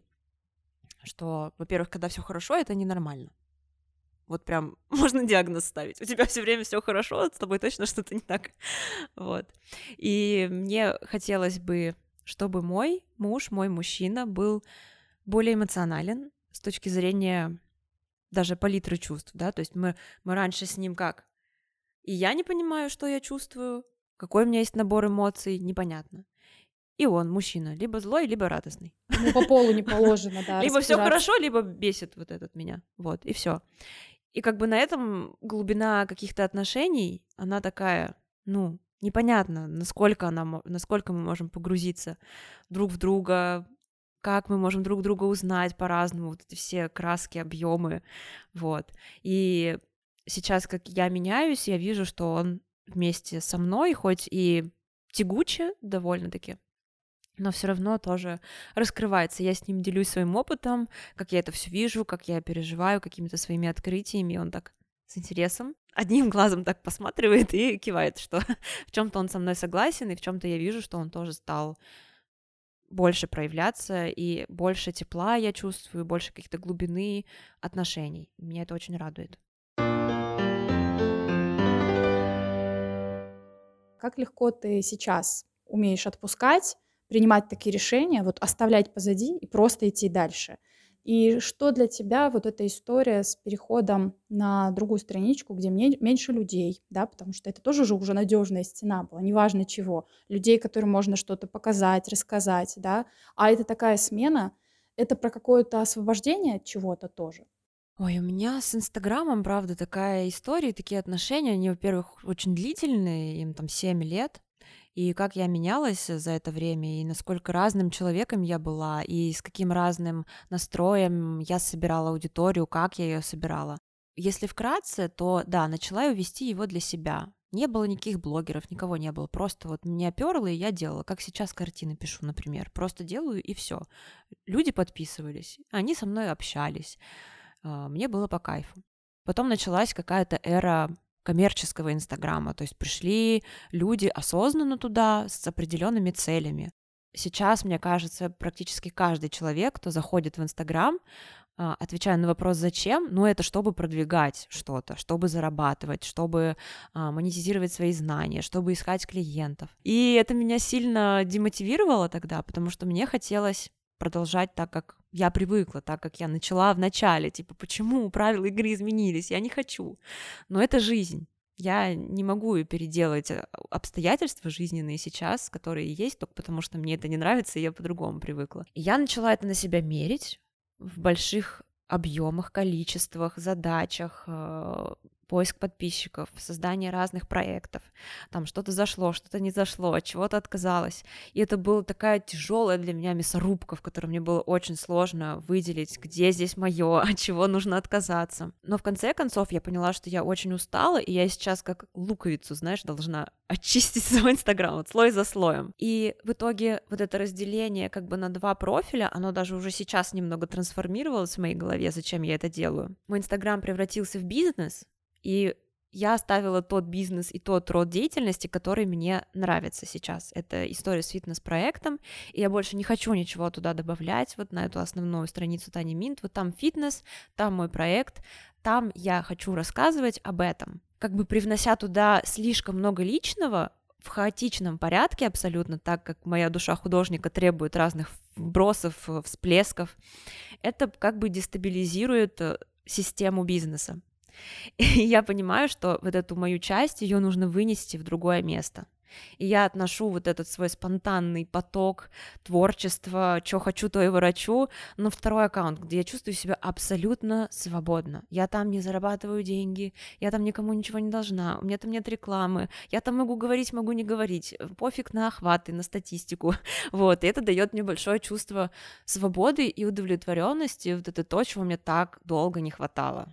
что, во-первых, когда все хорошо, это ненормально. Вот прям можно диагноз ставить. У тебя все время все хорошо, с тобой точно что-то не так. Вот. И мне хотелось бы, чтобы мой муж, мой мужчина был более эмоционален с точки зрения даже палитры чувств, да, то есть мы, мы раньше с ним как? И я не понимаю, что я чувствую, какой у меня есть набор эмоций, непонятно. И он, мужчина, либо злой, либо радостный. Ну, по полу не положено, да, Либо все разбираться. хорошо, либо бесит вот этот меня. Вот, и все. И как бы на этом глубина каких-то отношений, она такая, ну, непонятно, насколько она, мо- насколько мы можем погрузиться друг в друга, как мы можем друг друга узнать по-разному, вот эти все краски, объемы, вот. И сейчас, как я меняюсь, я вижу, что он вместе со мной, хоть и тягуче довольно-таки, но все равно тоже раскрывается. Я с ним делюсь своим опытом, как я это все вижу, как я переживаю какими-то своими открытиями, и он так с интересом одним глазом так посматривает и кивает, что в чем-то он со мной согласен, и в чем-то я вижу, что он тоже стал больше проявляться, и больше тепла я чувствую, больше каких-то глубины отношений. Меня это очень радует. Как легко ты сейчас умеешь отпускать, принимать такие решения, вот оставлять позади и просто идти дальше? И что для тебя вот эта история с переходом на другую страничку, где мне- меньше людей, да, потому что это тоже же уже надежная стена была, неважно чего, людей, которым можно что-то показать, рассказать, да, а это такая смена, это про какое-то освобождение от чего-то тоже. Ой, у меня с Инстаграмом, правда, такая история, такие отношения, они, во-первых, очень длительные, им там семь лет, и как я менялась за это время, и насколько разным человеком я была, и с каким разным настроем я собирала аудиторию, как я ее собирала. Если вкратце, то да, начала я вести его для себя. Не было никаких блогеров, никого не было. Просто вот меня перло, и я делала, как сейчас картины пишу, например. Просто делаю, и все. Люди подписывались, они со мной общались. а, Мне было по кайфу. Потом началась какая-то эра коммерческого Инстаграма, то есть пришли люди осознанно туда с определенными целями. Сейчас, мне кажется, практически каждый человек, кто заходит в Инстаграм, а, отвечая на вопрос «зачем?», ну, это чтобы продвигать что-то, чтобы зарабатывать, чтобы а, монетизировать свои знания, чтобы искать клиентов. И это меня сильно демотивировало тогда, потому что мне хотелось продолжать так, как я привыкла, так, как я начала в начале. Типа, почему правила игры изменились? Я не хочу. Но это жизнь. Я не могу и переделать э, обстоятельства жизненные сейчас, которые есть, только потому что мне это не нравится, и я по-другому привыкла. И я начала это на себя мерить в больших объемах, количествах, задачах, э, поиск подписчиков, создание разных проектов. Там что-то зашло, что-то не зашло, от чего-то отказалась. И это была такая тяжелая для меня мясорубка, в которой мне было очень сложно выделить, где здесь мое, от чего нужно отказаться. Но в конце концов я поняла, что я очень устала, и я сейчас как луковицу, знаешь, должна очистить свой Инстаграм, вот слой за слоем. И в итоге вот это разделение как бы на два профиля, оно даже уже сейчас немного трансформировалось в моей голове, зачем я это делаю. Мой Инстаграм превратился в бизнес, и я оставила тот бизнес и тот род деятельности, который мне нравится сейчас. Это история с фитнес-проектом, и я больше не хочу ничего туда добавлять, вот на эту основную страницу Тани Минт. Вот там фитнес, там мой проект, там я хочу рассказывать об этом. Как бы привнося туда слишком много личного, в хаотичном порядке абсолютно, так как моя душа художника требует разных вбросов, всплесков, это как бы дестабилизирует э, систему бизнеса. И я понимаю, что вот эту мою часть, ее нужно вынести в другое место. И я отношу вот этот свой спонтанный поток творчества, что хочу, то и ворочу, на второй аккаунт, где я чувствую себя абсолютно свободно. Я там не зарабатываю деньги, я там никому ничего не должна, у меня там нет рекламы, я там могу говорить, могу не говорить, пофиг на охваты, на статистику. Вот, и это дает мне большое чувство свободы и удовлетворенности. Вот это то, чего мне так долго не хватало.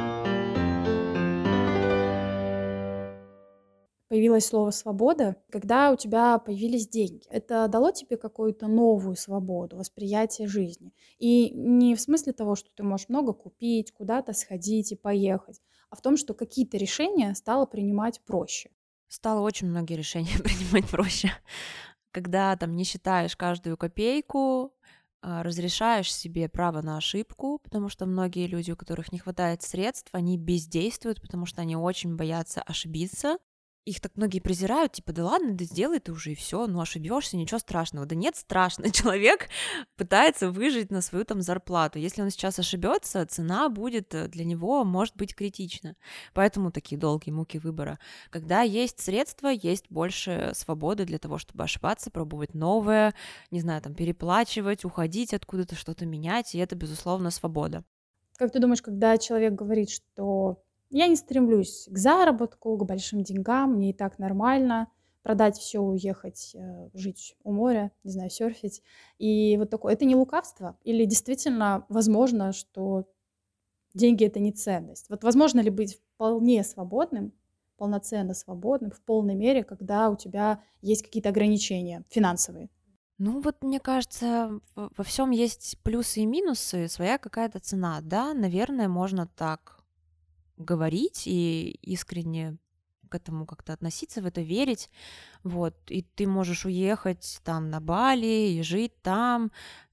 Появилось слово «свобода», когда у тебя появились деньги. Это дало тебе какую-то новую свободу, восприятие жизни. И не в смысле того, что ты можешь много купить, куда-то сходить и поехать, а в том, что какие-то решения стало принимать проще. Стало очень многие решения принимать проще. Когда там не считаешь каждую копейку, а, разрешаешь себе право на ошибку, потому что многие люди, у которых не хватает средств, они бездействуют, потому что они очень боятся ошибиться. Их так многие презирают, типа, да ладно, да сделай ты уже и все, ну ошибешься, ничего страшного. Да нет, страшно. Человек пытается выжить на свою там зарплату. Если он сейчас ошибется, цена будет э, для него, может быть, критична. Поэтому такие долгие муки выбора. Когда есть средства, есть больше свободы для того, чтобы ошибаться, пробовать новое, не знаю, там, переплачивать, уходить откуда-то, что-то менять, и это, безусловно, свобода. Как ты думаешь, когда человек говорит, что я не стремлюсь к заработку, к большим деньгам, мне и так нормально, продать все, уехать, э, жить у моря, не знаю, серфить, и вот такое, это не лукавство? Или действительно возможно, что деньги — это не ценность? Вот возможно ли быть вполне свободным, полноценно свободным, в полной мере, когда у тебя есть какие-то ограничения финансовые? Ну вот, мне кажется, во во всем есть плюсы и минусы, своя какая-то цена. Да, наверное, можно так говорить и искренне к этому как-то относиться, в это верить. Вот, и ты можешь уехать там на Бали и жить там,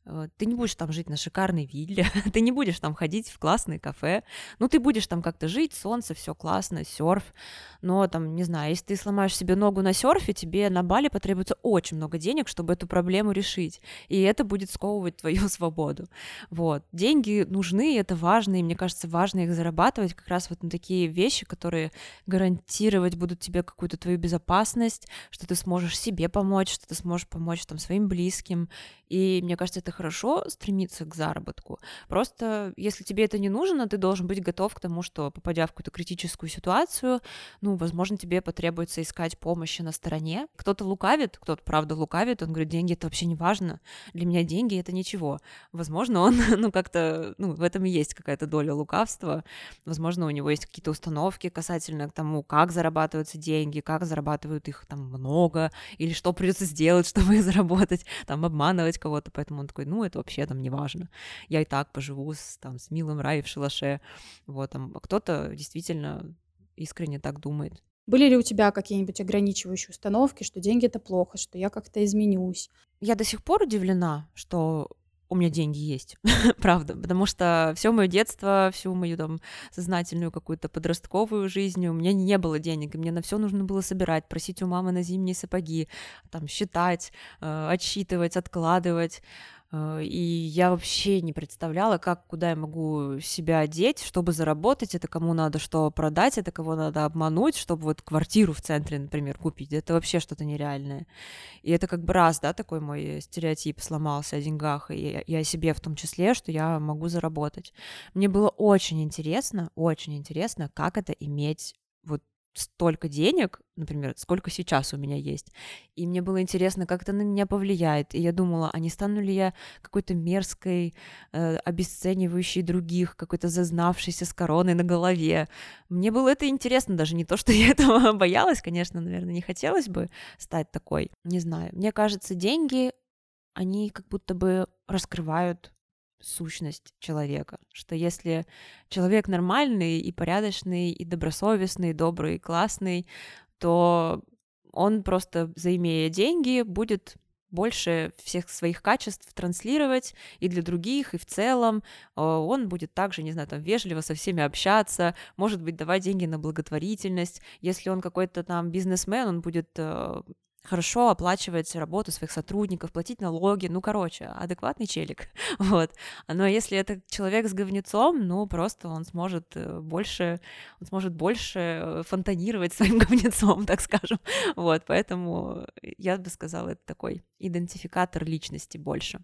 э, ты не будешь там жить на шикарной вилле, ты не будешь там ходить в классные кафе, ну, ты будешь там как-то жить, солнце, все классно, серф, но там, не знаю, если ты сломаешь себе ногу на серфе, тебе на Бали потребуется очень много денег, чтобы эту проблему решить, и это будет сковывать твою свободу. Вот. Деньги нужны, это важно, и мне кажется, важно их зарабатывать как раз вот на такие вещи, которые гарантировать будут тебе какую-то твою безопасность, что ты сможешь себе помочь, что ты сможешь помочь там своим близким, и мне кажется, это хорошо стремиться к заработку. Просто если тебе это не нужно, ты должен быть готов к тому, что, попадя в какую-то критическую ситуацию, ну, возможно, тебе потребуется искать помощи на стороне. Кто-то лукавит, кто-то правда лукавит, он говорит, деньги — это вообще не важно, для меня деньги — это ничего. Возможно, он, ну, как-то, ну, в этом и есть какая-то доля лукавства, возможно, у него есть какие-то установки касательно к тому, как зарабатываются деньги, как зарабатывают их там много, или что придется сделать, чтобы их заработать, там, обманывать кого-то, поэтому он такой, ну, это вообще там не важно, я и так поживу с, там, с милым рай в шалаше, вот, там, а кто-то действительно искренне так думает. Были ли у тебя какие-нибудь ограничивающие установки, что деньги — это плохо, что я как-то изменюсь? Я до сих пор удивлена, что у меня деньги есть, правда, потому что все мое детство, всю мою там сознательную какую-то подростковую жизнь у меня не было денег, и мне на все нужно было собирать, просить у мамы на зимние сапоги, там считать, э, отсчитывать, откладывать. Э, И я вообще не представляла, как, куда я могу себя одеть, чтобы заработать, это кому надо что продать, это кого надо обмануть, чтобы вот квартиру в центре, например, купить. Это вообще что-то нереальное. И это как бы раз, да, такой мой стереотип сломался о деньгах, и, и о себе в том числе, что я могу заработать. Мне было очень интересно, очень интересно, как это иметь вот столько денег, например, сколько сейчас у меня есть. И мне было интересно, как это на меня повлияет. И я думала, а не стану ли я какой-то мерзкой, э, обесценивающей других, какой-то зазнавшейся с короной на голове. Мне было это интересно, даже не то, что я этого боялась, конечно, наверное, не хотелось бы стать такой. Не знаю. Мне кажется, деньги, они как будто бы раскрывают сущность человека, что если человек нормальный и порядочный, и добросовестный, и добрый, и классный, то он просто, заимея деньги, будет больше всех своих качеств транслировать и для других, и в целом. Э, Он будет также, не знаю, там, вежливо со всеми общаться, может быть, давать деньги на благотворительность. Если он какой-то там бизнесмен, он будет э, хорошо оплачивать работу своих сотрудников, платить налоги, ну, короче, адекватный челик, вот. Но если это человек с говнецом, ну, просто он сможет э, больше, он сможет больше э, фонтанировать своим говнецом, так скажем, вот, поэтому я бы сказала, это такой идентификатор личности больше.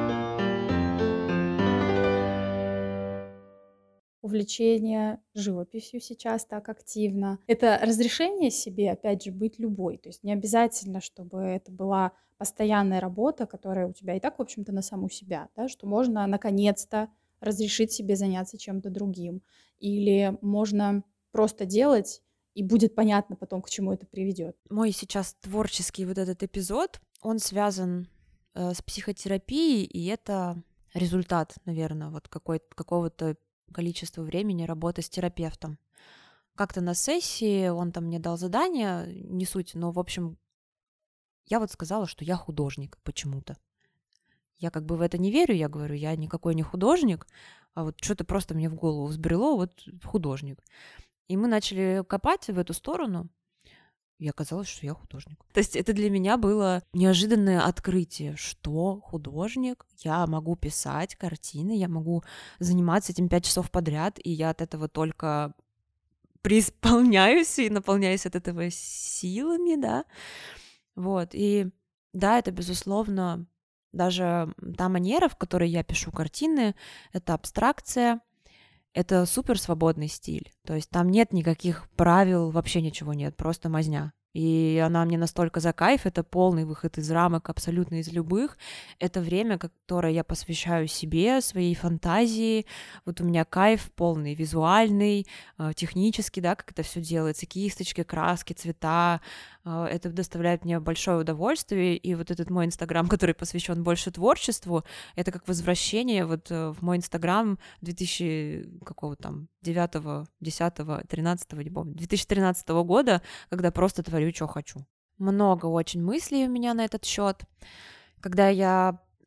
Увлечение живописью сейчас так активно. Это разрешение себе, опять же, быть любой. То есть не обязательно, чтобы это была постоянная работа, которая у тебя и так, в общем-то, на саму себя, да, что можно наконец-то разрешить себе заняться чем-то другим. Или можно просто делать, и будет понятно потом, к чему это приведет. Мой сейчас творческий вот этот эпизод, он связан э, с психотерапией, и это результат, наверное, вот какой- какого-то количества времени работы с терапевтом. Как-то на сессии он там мне дал задание, не суть, но, в общем, я вот сказала, что я художник почему-то. Я как бы в это не верю, я говорю, я никакой не художник, а вот что-то просто мне в голову взбрело, вот художник. И мы начали копать в эту сторону, и оказалось, что я художник. То есть это для меня было неожиданное открытие, что художник, я могу писать картины, я могу заниматься этим пять часов подряд, и я от этого только преисполняюсь и наполняюсь от этого силами, да. Вот, и да, это, безусловно, даже та манера, в которой я пишу картины, это абстракция, это супер свободный стиль. То есть там нет никаких правил, вообще ничего нет, просто мазня. И она мне настолько за кайф, это полный выход из рамок, абсолютно из любых. Это время, которое я посвящаю себе, своей фантазии. Вот у меня кайф полный, визуальный, э, технический, да, как это все делается, кисточки, краски, цвета. Э, Это доставляет мне большое удовольствие. И вот этот мой инстаграм, который посвящен больше творчеству, это как возвращение вот э, в мой инстаграм две тысячи какого там девятого, десятого, тринадцатого, не помню, две тысячи тринадцатого года, когда просто творю, что хочу. Много очень мыслей у меня на этот счет. Когда я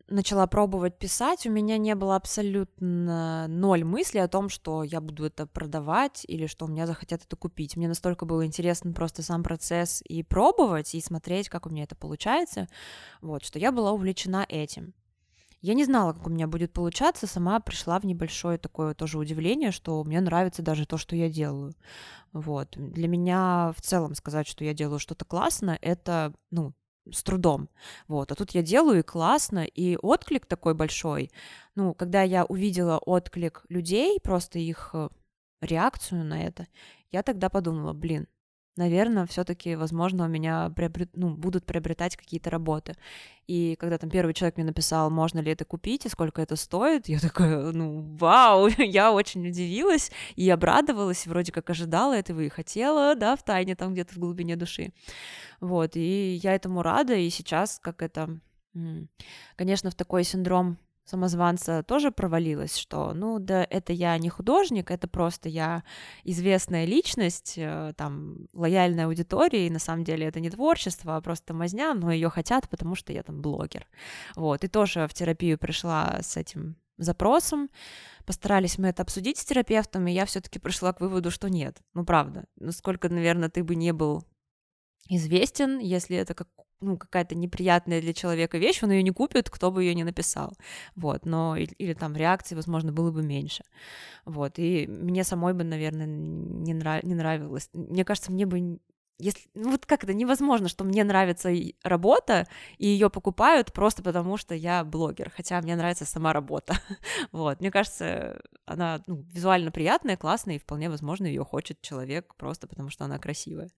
начала пробовать писать, у меня не было абсолютно ноль мыслей о том, что я буду это продавать или что у меня захотят это купить. Мне настолько было интересно просто сам процесс и пробовать, и смотреть, как у меня это получается, вот, что я была увлечена этим. Я не знала, как у меня будет получаться, сама пришла в небольшое такое тоже удивление, что мне нравится даже то, что я делаю. Вот. Для меня в целом сказать, что я делаю что-то классно, это, ну, с трудом, вот, а тут я делаю и классно, и отклик такой большой, ну, когда я увидела отклик людей, просто их э, реакцию на это, я тогда подумала, блин, наверное, все-таки, возможно, у меня приобрет, ну, будут приобретать какие-то работы. И когда там первый человек мне написал, можно ли это купить и сколько это стоит, я такая, ну, вау, я очень удивилась и обрадовалась, вроде как ожидала этого и хотела, да, в тайне там где-то в глубине души. Вот, и я этому рада, и сейчас как это, конечно, в такой синдром самозванца тоже провалилась, что, ну, да, это я не художник, это просто я известная личность, э, там, лояльная аудитории, и на самом деле это не творчество, а просто мазня, но ее хотят, потому что я там блогер. Вот, и тоже в терапию пришла с этим запросом, постарались мы это обсудить с терапевтом, и я все-таки пришла к выводу, что нет, ну, правда, ну, сколько, наверное, ты бы не был известен, если это как, ну, какая-то неприятная для человека вещь, он ее не купит, кто бы ее не написал, вот, но или, или там реакции, возможно, было бы меньше, вот, и мне самой бы, наверное, не, нрав... не нравилось, мне кажется, мне бы, если, ну, вот как это, невозможно, что мне нравится работа, и ее покупают просто потому, что я блогер, хотя мне нравится сама работа, вот, мне кажется, она, ну, визуально приятная, классная, и вполне возможно, ее хочет человек просто потому, что она красивая.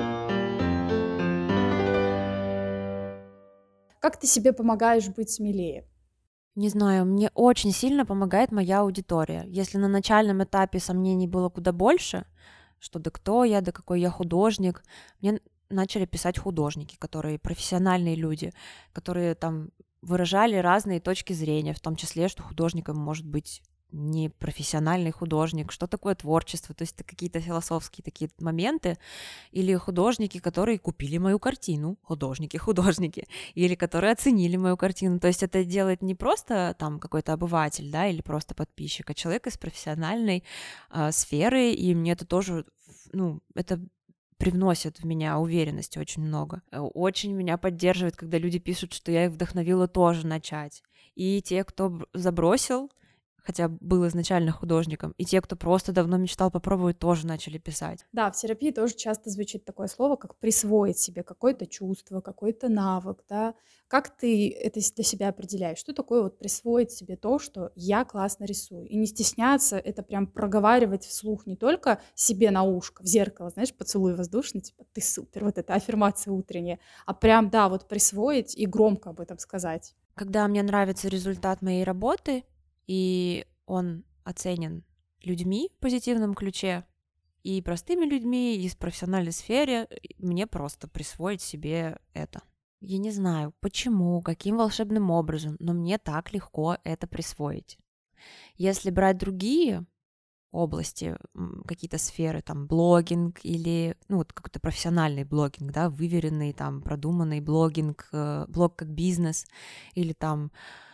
Как ты себе помогаешь быть смелее? Не знаю, мне очень сильно помогает моя аудитория. Если на начальном этапе сомнений было куда больше, что да кто я, да какой я художник, мне начали писать художники, которые профессиональные люди, которые там выражали разные точки зрения, в том числе, что художником может быть не профессиональный художник, что такое творчество, то есть это какие-то философские такие моменты, или художники, которые купили мою картину, художники-художники, или которые оценили мою картину, то есть это делает не просто там какой-то обыватель, да, или просто подписчик, а человек из профессиональной э, сферы, и мне это тоже, ну, это привносит в меня уверенности очень много. Очень меня поддерживает, когда люди пишут, что я их вдохновила тоже начать. И те, кто забросил, хотя был изначально художником, и те, кто просто давно мечтал попробовать, тоже начали писать. Да, в терапии тоже часто звучит такое слово, как присвоить себе какое-то чувство, какой-то навык, да. Как ты это для себя определяешь? Что такое вот присвоить себе то, что я классно рисую? И не стесняться это прям проговаривать вслух не только себе на ушко, в зеркало, знаешь, поцелуй воздушный, типа ты супер, вот эта аффирмация утренняя, а прям, да, вот присвоить и громко об этом сказать. Когда мне нравится результат моей работы, и он оценен людьми в позитивном ключе, и простыми людьми, и в профессиональной сфере, мне просто присвоить себе это. Я не знаю, почему, каким волшебным образом, но мне так легко это присвоить. Если брать другие области, какие-то сферы, там, блогинг или, ну, вот какой-то профессиональный блогинг, да, выверенный, там, продуманный блогинг, блог как бизнес, или там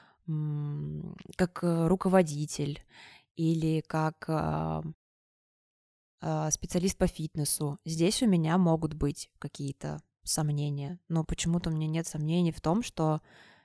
как руководитель или как э, э, специалист по фитнесу. Здесь у меня могут быть какие-то сомнения, но почему-то у меня нет сомнений в том, что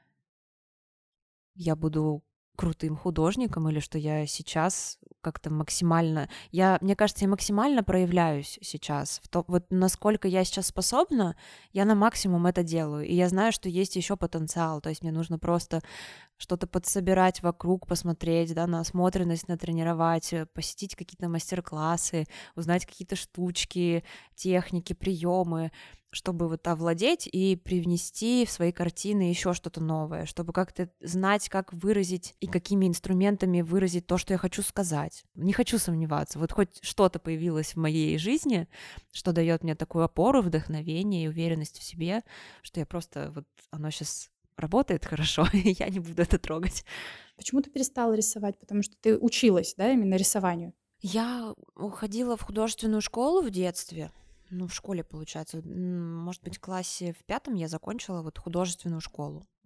я буду крутым художником или что я сейчас как-то максимально... Я, мне кажется, я максимально проявляюсь сейчас. В то, вот насколько я сейчас способна, я на максимум это делаю. И я знаю, что есть еще потенциал. То есть мне нужно просто что-то подсобирать вокруг, посмотреть, да, на осмотренность, натренировать, посетить какие-то мастер-классы, узнать какие-то штучки, техники, приемы, чтобы вот овладеть и привнести в свои картины еще что-то новое, чтобы как-то знать, как выразить и какими инструментами выразить то, что я хочу сказать. Не хочу сомневаться. Вот хоть что-то появилось в моей жизни, что дает мне такую опору, вдохновение и уверенность в себе, что я просто вот оно сейчас работает хорошо, и я не буду это трогать. Почему ты перестала рисовать? Потому что ты училась, да, именно рисованию? Я ходила в художественную школу в детстве. Ну, в школе, получается, может быть, в классе в пятом я закончила вот художественную школу.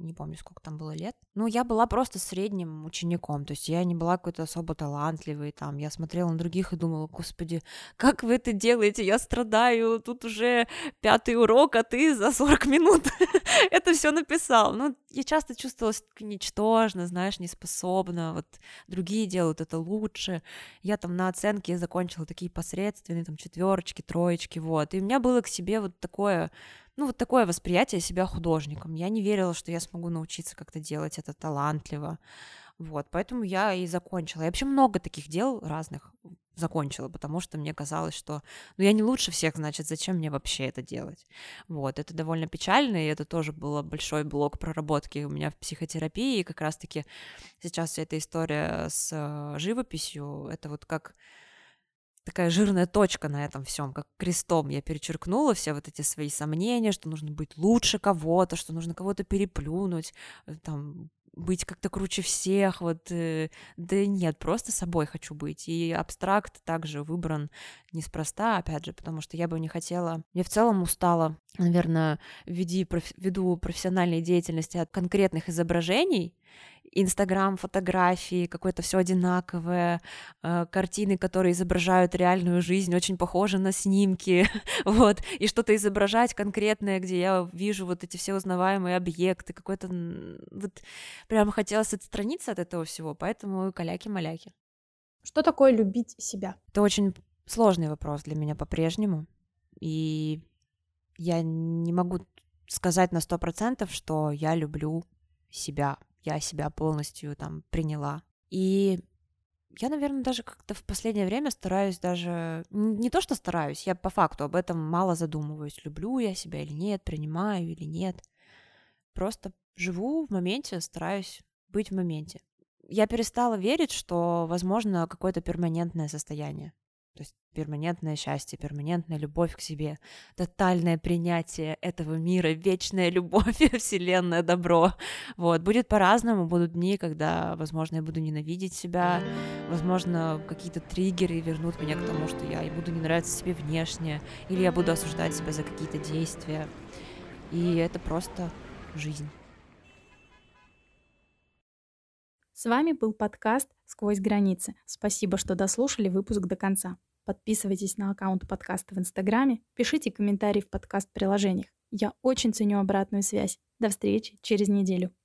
не помню, сколько там было лет. Ну, я была просто средним учеником, то есть я не была какой-то особо талантливой, там, я смотрела на других и думала, господи, как вы это делаете, я страдаю, тут уже пятый урок, а ты за сорок минут это все написал. Ну, я часто чувствовала себя ничтожно, знаешь, неспособна, вот другие делают это лучше. Я там на оценке закончила такие посредственные, там, четверочки, троечки, вот. И у меня было к себе вот такое, ну, вот такое восприятие себя художником. Я не верила, что я смогу научиться как-то делать это талантливо. Вот, поэтому я и закончила. Я вообще много таких дел разных закончила, потому что мне казалось, что ну я не лучше всех, значит, зачем мне вообще это делать? Вот, это довольно печально, и это тоже был большой блок проработки у меня в психотерапии, и как раз-таки сейчас вся эта история с э, живописью, это вот как такая жирная точка на этом всем, как крестом я перечеркнула все вот эти свои сомнения, что нужно быть лучше кого-то, что нужно кого-то переплюнуть, э, там, быть как-то круче всех, вот, э, да нет, просто собой хочу быть, и абстракт также выбран неспроста, опять же, потому что я бы не хотела, я в целом устала, наверное, ввиду, проф... ввиду профессиональной деятельности от конкретных изображений, Инстаграм, фотографии, какое-то все одинаковое, э, картины, которые изображают реальную жизнь, очень похожи на снимки, вот, и что-то изображать конкретное, где я вижу вот эти все узнаваемые объекты, какой-то, вот, прям хотелось отстраниться от этого всего, поэтому каляки-маляки. Что такое любить себя? Это очень сложный вопрос для меня по-прежнему, и я не могу сказать на сто процентов, что я люблю себя, я себя полностью там приняла. И я, наверное, даже как-то в последнее время стараюсь даже... Не то, что стараюсь, я по факту об этом мало задумываюсь. Люблю я себя или нет, принимаю или нет. Просто живу в моменте, стараюсь быть в моменте. Я перестала верить, что возможно какое-то перманентное состояние. То есть перманентное счастье, перманентная любовь к себе, тотальное принятие этого мира, вечная любовь, вселенная, добро. Вот, будет по-разному, будут дни, когда, возможно, я буду ненавидеть себя, возможно, какие-то триггеры вернут меня к тому, что я буду не нравиться себе внешне, или я буду осуждать себя за какие-то действия. И это просто жизнь. С вами был подкаст «Сквозь границы». Спасибо, что дослушали выпуск до конца. Подписывайтесь на аккаунт подкаста в Инстаграме, пишите комментарии в подкаст-приложениях. Я очень ценю обратную связь. До встречи через неделю.